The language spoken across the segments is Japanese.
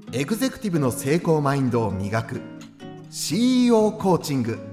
エグゼクティブの成功マインドを磨く CEO コーチング。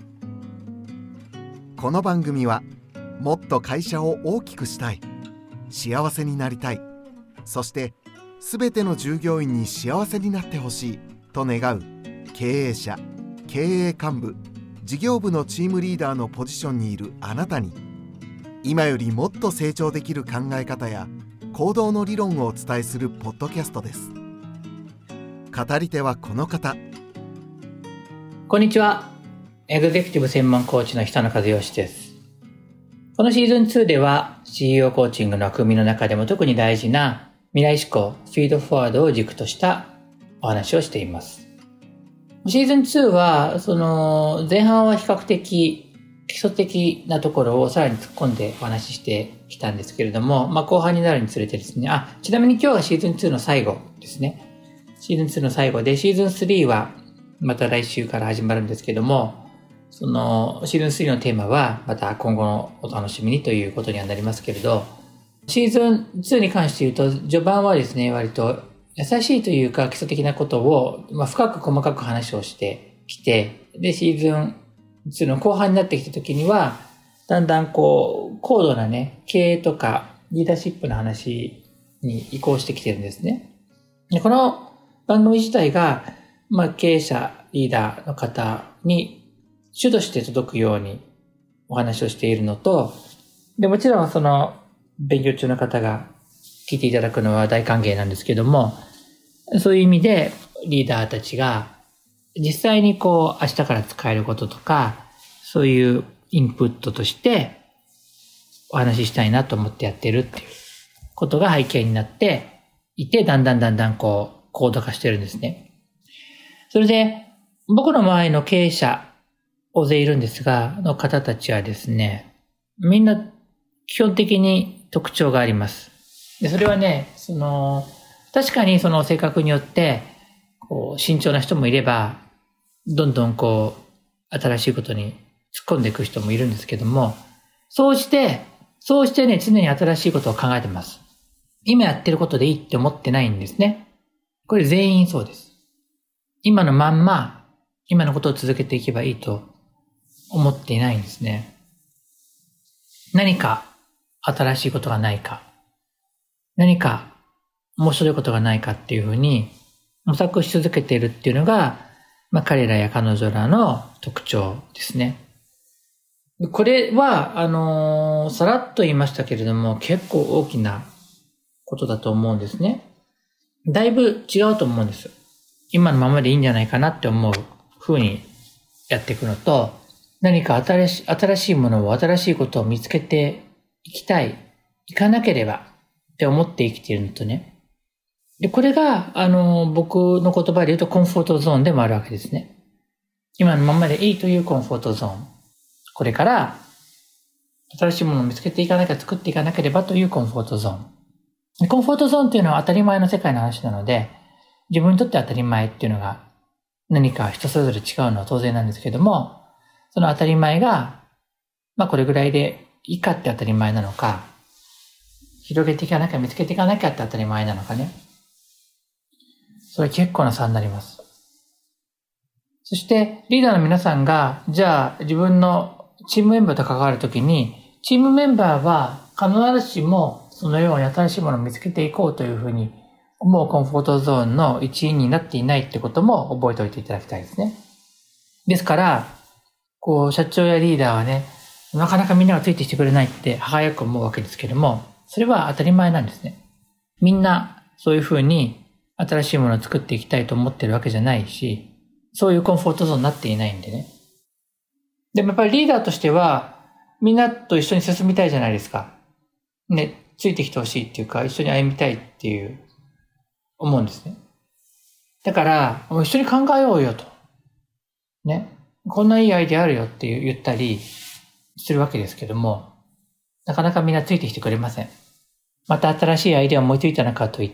この番組はもっと会社を大きくしたい、幸せになりたい、そして全ての従業員に幸せになってほしいと願う経営者、経営幹部、事業部のチームリーダーのポジションにいるあなたに、今よりもっと成長できる考え方や行動の理論をお伝えするポッドキャストです。語り手はこの方。 こんにちは。エグゼクティブ専門コーチの久野和義です。このシーズン2では CEO コーチングの枠組みの中でも特に大事な未来思考、フィードフォワードを軸としたお話をしています。シーズン2は前半は比較的基礎的なところをさらに突っ込んでお話ししてきたんですけれども、後半になるにつれてですね、ちなみに今日がシーズン2の最後ですね。シーズン2の最後で、シーズン3はまた来週から始まるんですけども、シーズン3のテーマはまた今後のお楽しみにということにはなりますけれど、シーズン2に関して言うと、序盤はですね、割と優しいというか基礎的なことを、深く細かく話をしてきて、で、シーズン2の後半になってきた時には、だんだん高度なね、経営とかリーダーシップの話に移行してきてるんですね。で、この番組自体が、経営者、リーダーの方に主として届くようにお話をしているのと、で、もちろん勉強中の方が聞いていただくのは大歓迎なんですけども、そういう意味でリーダーたちが実際に明日から使えることとか、そういうインプットとしてお話ししたいなと思ってやってるっていうことが背景になっていて、だんだん高度化してるんですね。それで僕の周りの経営者大勢いるんですが、の方たちはですね、みんな基本的に特徴があります。で、それはね、確かに性格によって慎重な人もいれば、どんどん新しいことに突っ込んでいく人もいるんですけども、そうしてね、常に新しいことを考えてます。今やってることでいいって思ってないんですね。これ全員そうです。今のまんま、今のことを続けていけばいいと思っていないんですね。何か新しいことがないか、何か面白いことがないかっていうふうに模索し続けているっていうのが、彼らや彼女らの特徴ですね。これは、さらっと言いましたけれども、結構大きなことだと思うんですね。だいぶ違うと思うんです。今のままでいいんじゃないかなって思う風にやっていくのと、何か新しいものを、新しいことを見つけていきたい、いかなければって思って生きているのとね。で、これが、僕の言葉で言うとコンフォートゾーンでもあるわけですね。今のままでいいというコンフォートゾーン。これから新しいものを見つけていかなきゃ、作っていかなければというコンフォートゾーン。コンフォートゾーンというのは当たり前の世界の話なので、自分にとって当たり前っていうのが何か人それぞれ違うのは当然なんですけども、その当たり前が、これぐらいでいいかって当たり前なのか、広げていかなきゃ、見つけていかなきゃって当たり前なのかね。それ結構な差になります。そしてリーダーの皆さんが、じゃあ自分のチームメンバーと関わるときに、チームメンバーは必ずしもそのように新しいものを見つけていこうというふうに思うコンフォートゾーンの一員になっていないってことも覚えておいていただきたいですね。ですから、社長やリーダーはね、なかなかみんながついてきてくれないって早く思うわけですけれども、それは当たり前なんですね。みんなそういうふうに新しいものを作っていきたいと思ってるわけじゃないし、そういうコンフォートゾーンになっていないんでね。でもやっぱりリーダーとしては、みんなと一緒に進みたいじゃないですか。ね、ついてきてほしいっていうか、一緒に歩みたいっていう思うんですね。だから、一緒に考えようよと。ね。こんないいアイデアあるよって言ったりするわけですけども、なかなかみんなついてきてくれません。また新しいアイデアを思いついたのかといって、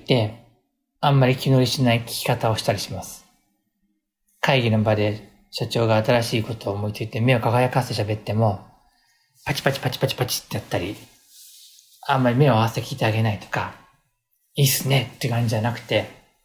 あんまり気乗りしない聞き方をしたりします。会議の場で社長が新しいことを思いついて目を輝かせて喋っても、パチパチってやったり、あんまり目を合わせて聞いてあげないとか、いいっすねって感じじゃなくて、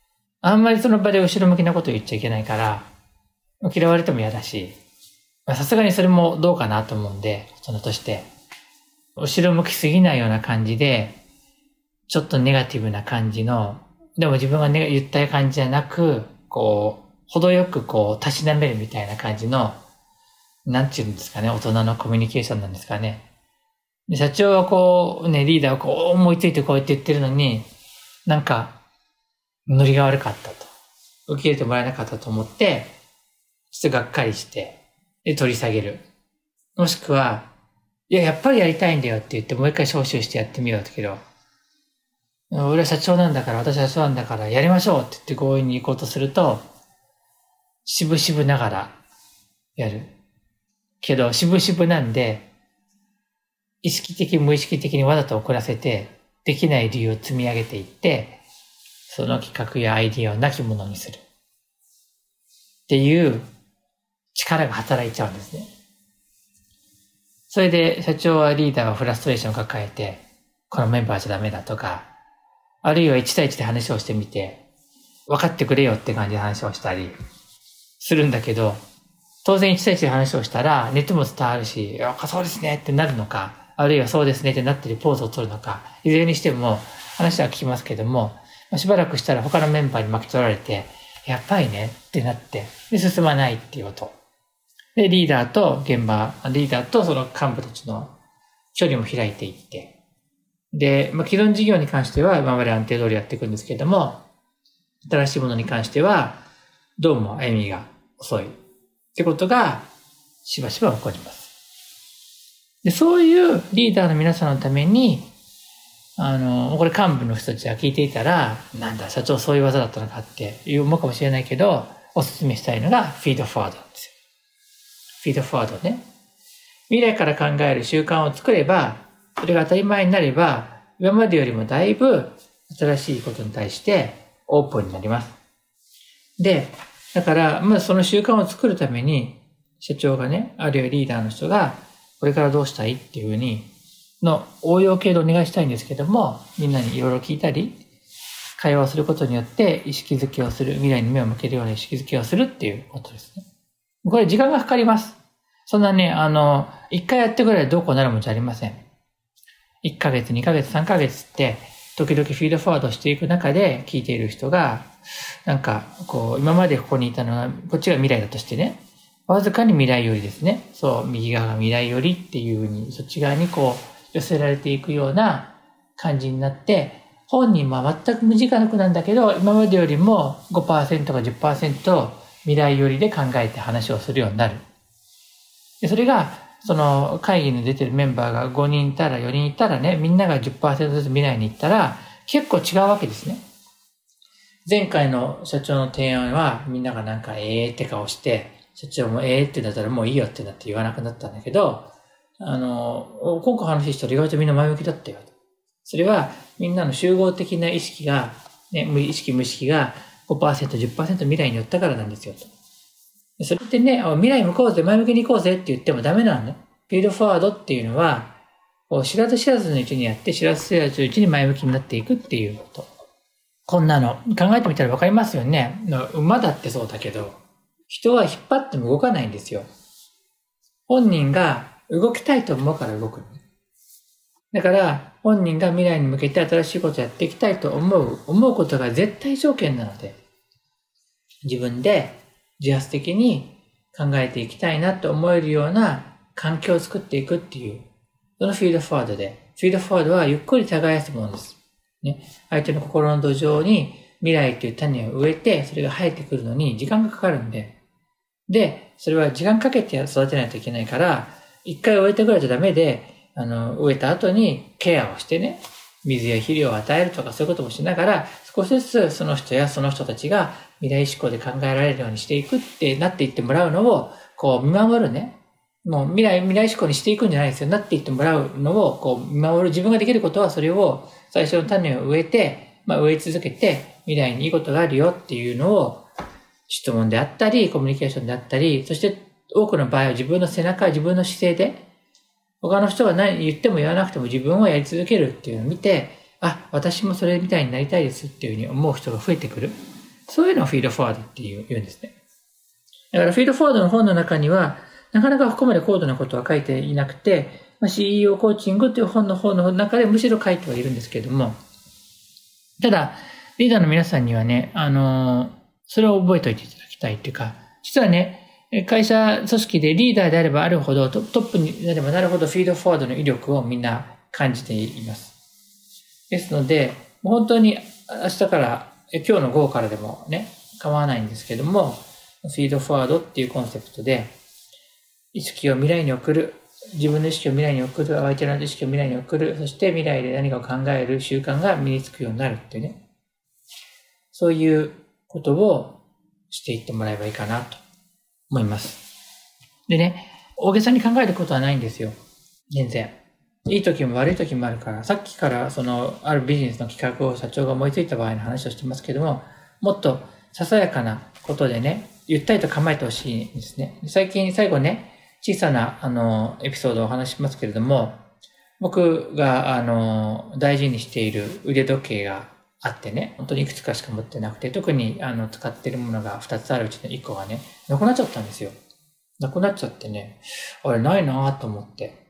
あんまりその場で後ろ向きなこと言っちゃいけないから、嫌われても嫌だし、さすがにそれもどうかなと思うんで、大人として、後ろ向きすぎないような感じで、ちょっとネガティブな感じの、でも自分が言った感じじゃなく、程よくたしなめるみたいな感じの、なんていうんですかね、大人のコミュニケーションなんですかね。で社長はリーダーを思いついてこうやって言ってるのに、なんか、ノリが悪かったと。受け入れてもらえなかったと思って、ちょっとがっかりして、で、取り下げる。もしくは、やっぱりやりたいんだよって言って、もう一回招集してやってみようだけど、俺は社長なんだから、私はそうなんだから、やりましょうって言って強引に行こうとすると、渋々ながらやる。けど、渋々なんで、意識的、無意識的にわざと遅らせて、できない理由を積み上げていって、その企画やアイディアをなきものにする。っていう力が働いちゃうんですね。それで社長はリーダーはフラストレーションを抱えて、このメンバーじゃダメだとか、あるいは1対1で話をしてみて、分かってくれよって感じで話をしたりするんだけど、当然1対1で話をしたら熱も伝わるし、そうですねってなるのか、あるいはそうですねってなってるポーズを取るのか、いずれにしても話は聞きますけども、しばらくしたら他のメンバーに巻き取られて、やっぱりねってなって、で進まないっていうこと。で、リーダーとその幹部たちの距離も開いていって、で、既存事業に関しては今まで安定通りやっていくんですけれども、新しいものに関しては、どうも歩みが遅いってことがしばしば起こります。で、そういうリーダーの皆さんのために、これ幹部の人たちが聞いていたら、なんだ、社長そういう技だったのかって思うかもしれないけど、お勧めしたいのがフィードフォワードなんですよ。フィードフォワードね。未来から考える習慣を作れば、それが当たり前になれば、今までよりもだいぶ新しいことに対してオープンになります。で、だから、まずその習慣を作るために、社長がね、あるいはリーダーの人が、これからどうしたいっていうふうに、の応用系でお願いしたいんですけども、みんなにいろいろ聞いたり、会話をすることによって意識づけをする、未来に目を向けるような意識づけをするっていうことですね。これ時間がかかります。そんなね、一回やってくらいどうこうなるもんじゃありません。1ヶ月、2ヶ月、3ヶ月って、時々フィードフォワードしていく中で聞いている人が、なんか、今までここにいたのは、こっちが未来だとしてね、わずかに未来寄りですね。そう、右側が未来寄りっていう風に、そっち側に寄せられていくような感じになって、本人は全く無自覚なんだけど、今までよりも 5% か 10% 未来寄りで考えて話をするようになる。でそれが、その会議に出てるメンバーが5人いたら4人いたらね、みんなが 10% ずつ未来に行ったら、結構違うわけですね。前回の社長の提案は、みんながなんかって顔して、社長もってなったらもういいよってなって言わなくなったんだけど、今回話したら意外とみんな前向きだったよ。それはみんなの集合的な意識が、ね、無意識無意識が 5%、10% 未来に寄ったからなんですよと。それってね、未来向こうぜ、前向きに行こうぜって言ってもダメなのね。フィードフォワードっていうのは、知らず知らずのうちにやって、知らず知らずのうちに前向きになっていくっていうこと。こんなの考えてみたらわかりますよね。馬だってそうだけど、人は引っ張っても動かないんですよ。本人が動きたいと思うから動くの。だから本人が未来に向けて新しいことをやっていきたいと思うことが絶対条件なので、自分で自発的に考えていきたいなと思えるような環境を作っていくっていう、そのフィードフォワードで、フィードフォワードはゆっくり耕すものです。ね、相手の心の土壌に未来という種を植えて、それが生えてくるのに時間がかかるんで、それは時間かけて育てないといけないから、一回植えてくれちゃダメで、植えた後にケアをしてね、水や肥料を与えるとかそういうこともしながら、少しずつその人やその人たちが未来志向で考えられるようにしていくってなっていってもらうのを、見守るね。もう未来志向にしていくんじゃないですよ。なっていってもらうのを、見守る。自分ができることはそれを最初の種を植えて、植え続けて未来にいいことがあるよっていうのを質問であったり、コミュニケーションであったり、そして多くの場合は自分の背中、自分の姿勢で、他の人が何言っても言わなくても自分をやり続けるっていうのを見て、私もそれみたいになりたいですっていうふうに思う人が増えてくる。 そういうのをフィードフォワードって言うんですね。だからフィードフォワードの本の中には、なかなかここまで高度なことは書いていなくて、CEO コーチングという本の中でむしろ書いてはいるんですけれども、ただ、リーダーの皆さんにはね、それを覚えておいていただきたいというか、実はね、会社組織でリーダーであればあるほど、トップになればなるほどフィードフォワードの威力をみんな感じています。ですので、本当に明日から、今日の午後からでもね、構わないんですけども、フィードフォワードっていうコンセプトで、意識を未来に送る、自分の意識を未来に送る、相手の意識を未来に送る、そして未来で何かを考える習慣が身につくようになるっていうね、そういうことをしていってもらえばいいかなと思います。でね、大げさに考えることはないんですよ。全然。いい時も悪い時もあるから、さっきからあるビジネスの企画を社長が思いついた場合の話をしてますけども、もっとささやかなことでね、ゆったりと構えてほしいんですね。最後ね、小さなエピソードをお話ししますけれども、僕が大事にしている腕時計があってね、本当にいくつかしか持ってなくて、特に使っているものが2つあるうちの1個がね、なくなっちゃったんですよ。なくなっちゃってね、あれないなぁと思って。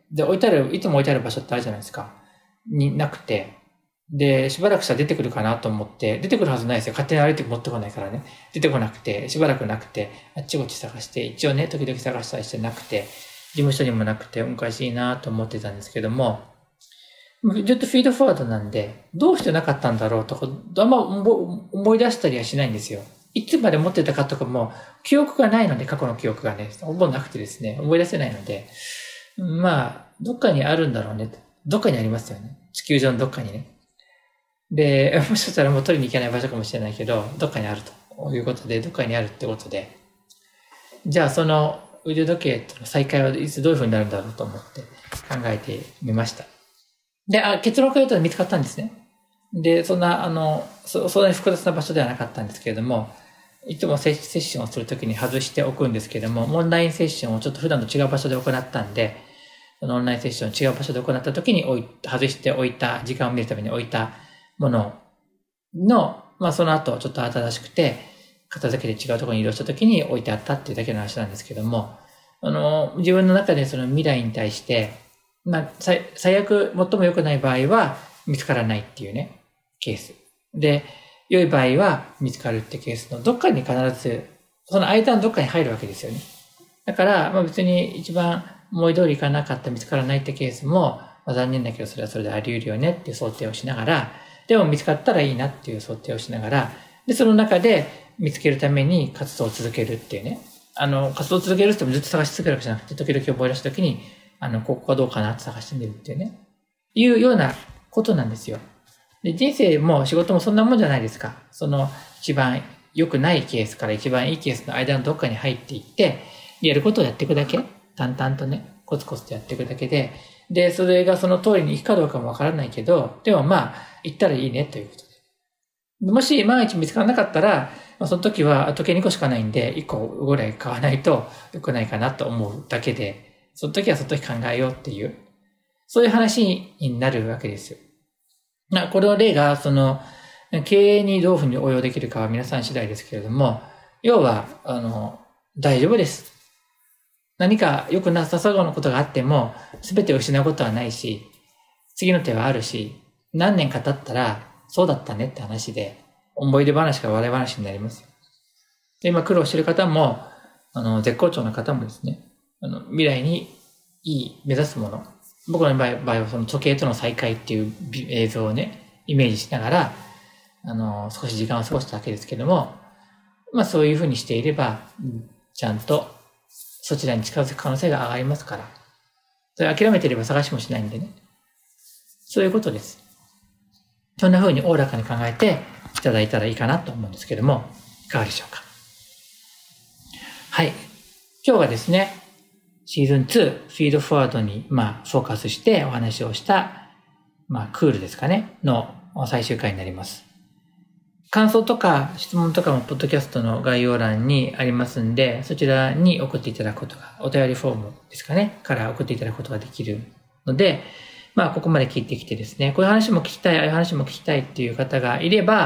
で、いつも置いてある場所ってあるじゃないですか。なくて。で、しばらくしたら出てくるかなと思って、出てくるはずないですよ。勝手に歩いて持ってこないからね。出てこなくて、しばらくなくて、あっちこっち探して、一応ね、時々探したりしてなくて、事務所にもなくて、おかしいなと思ってたんですけども、ずっとフィードフォワードなんで、どうしてなかったんだろうとか、あんま思い出したりはしないんですよ。いつまで持ってたかとかも、記憶がないので、過去の記憶がね、ほぼなくてですね、思い出せないので、どっかにあるんだろうね。どっかにありますよね。地球上のどっかにね。で、もしかしたらもう取りに行けない場所かもしれないけど、どっかにあるということで、どっかにあるってことで、じゃあその腕時計との再会はいつどういう風になるんだろうと思って考えてみました。で、結論から言うと見つかったんですね。で、そんなに複雑な場所ではなかったんですけれども、いつもセッションをするときに外しておくんですけれども、オンラインセッションをちょっと普段と違う場所で行ったんで、そのオンラインセッションを違う場所で行ったときに外しておいた、時間を見るために置いたものの、その後ちょっと新しくて、片付けて違うところに移動したときに置いてあったっていうだけの話なんですけども、自分の中でその未来に対して、最悪、最も良くない場合は見つからないっていうね、ケース。で、良い場合は見つかるってケースのどっかに必ず、その間のどっかに入るわけですよね。だから、別に一番思い通りいかなかった見つからないってケースも、残念だけどそれはそれであり得るよねっていう想定をしながら、でも見つかったらいいなっていう想定をしながら、で、その中で見つけるために活動を続けるっていうね。活動を続けるってもずっと探し続けるわけじゃなくて、時々思い出した時に、ここはどうかなって探してみるっていうね。いうようなことなんですよ。で、人生も仕事もそんなもんじゃないですか。その一番良くないケースから一番いいケースの間のどっかに入っていって、やることをやっていくだけ、淡々とね、コツコツとやっていくだけで、で、それがその通りに行くかどうかもわからないけど、でも行ったらいいねということで。もし万一見つからなかったら、その時は時計2個しかないんで、1個ぐらい買わないと良くないかなと思うだけで、その時はその時考えようっていう、そういう話になるわけですよ。この例が、経営にどういうふうに応用できるかは皆さん次第ですけれども、要は、大丈夫です。何か良くなさそうなことがあっても、全てを失うことはないし、次の手はあるし、何年か経ったら、そうだったねって話で、思い出話から笑い話になりますよ。で、今苦労している方も、絶好調な方もですね、未来に目指すもの。僕の場合はその時計との再会っていう映像をね、イメージしながら、少し時間を過ごしただけですけども、そういうふうにしていれば、ちゃんとそちらに近づく可能性が上がりますから。それ諦めていれば探しもしないんでね。そういうことです。そんな風におおらかに考えていただいたらいいかなと思うんですけども、いかがでしょうか。はい。今日はですね、シーズン2、フィードフォワードに、フォーカスしてお話をした、クールですかね、の最終回になります。感想とか質問とかもポッドキャストの概要欄にありますんで、そちらに送っていただくことが、お便りフォームですかね、から送っていただくことができるので、ここまで聞いてきてですね、こういう話も聞きたい、ああいう話も聞きたいっていう方がいれば、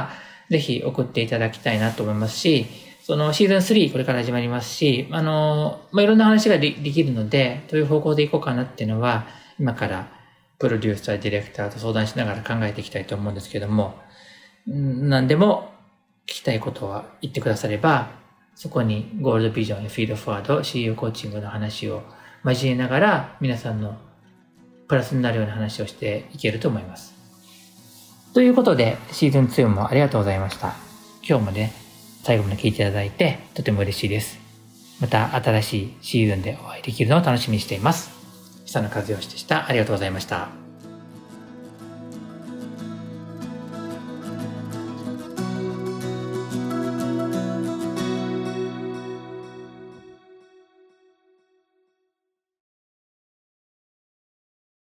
ぜひ送っていただきたいなと思いますし、そのシーズン3これから始まりますし、いろんな話ができるので、どういう方向でいこうかなっていうのは、今からプロデューサー、ディレクターと相談しながら考えていきたいと思うんですけども、何でも聞きたいことは言ってくだされば、そこにゴールドビジョンやフィードフォワード、CEO コーチングの話を交えながら、皆さんのプラスになるような話をしていけると思います。ということで、シーズン2もありがとうございました。今日もね、最後まで聞いていただいてとても嬉しいです。また新しいシーズンでお会いできるのを楽しみにしています。久野和義でした。ありがとうございました。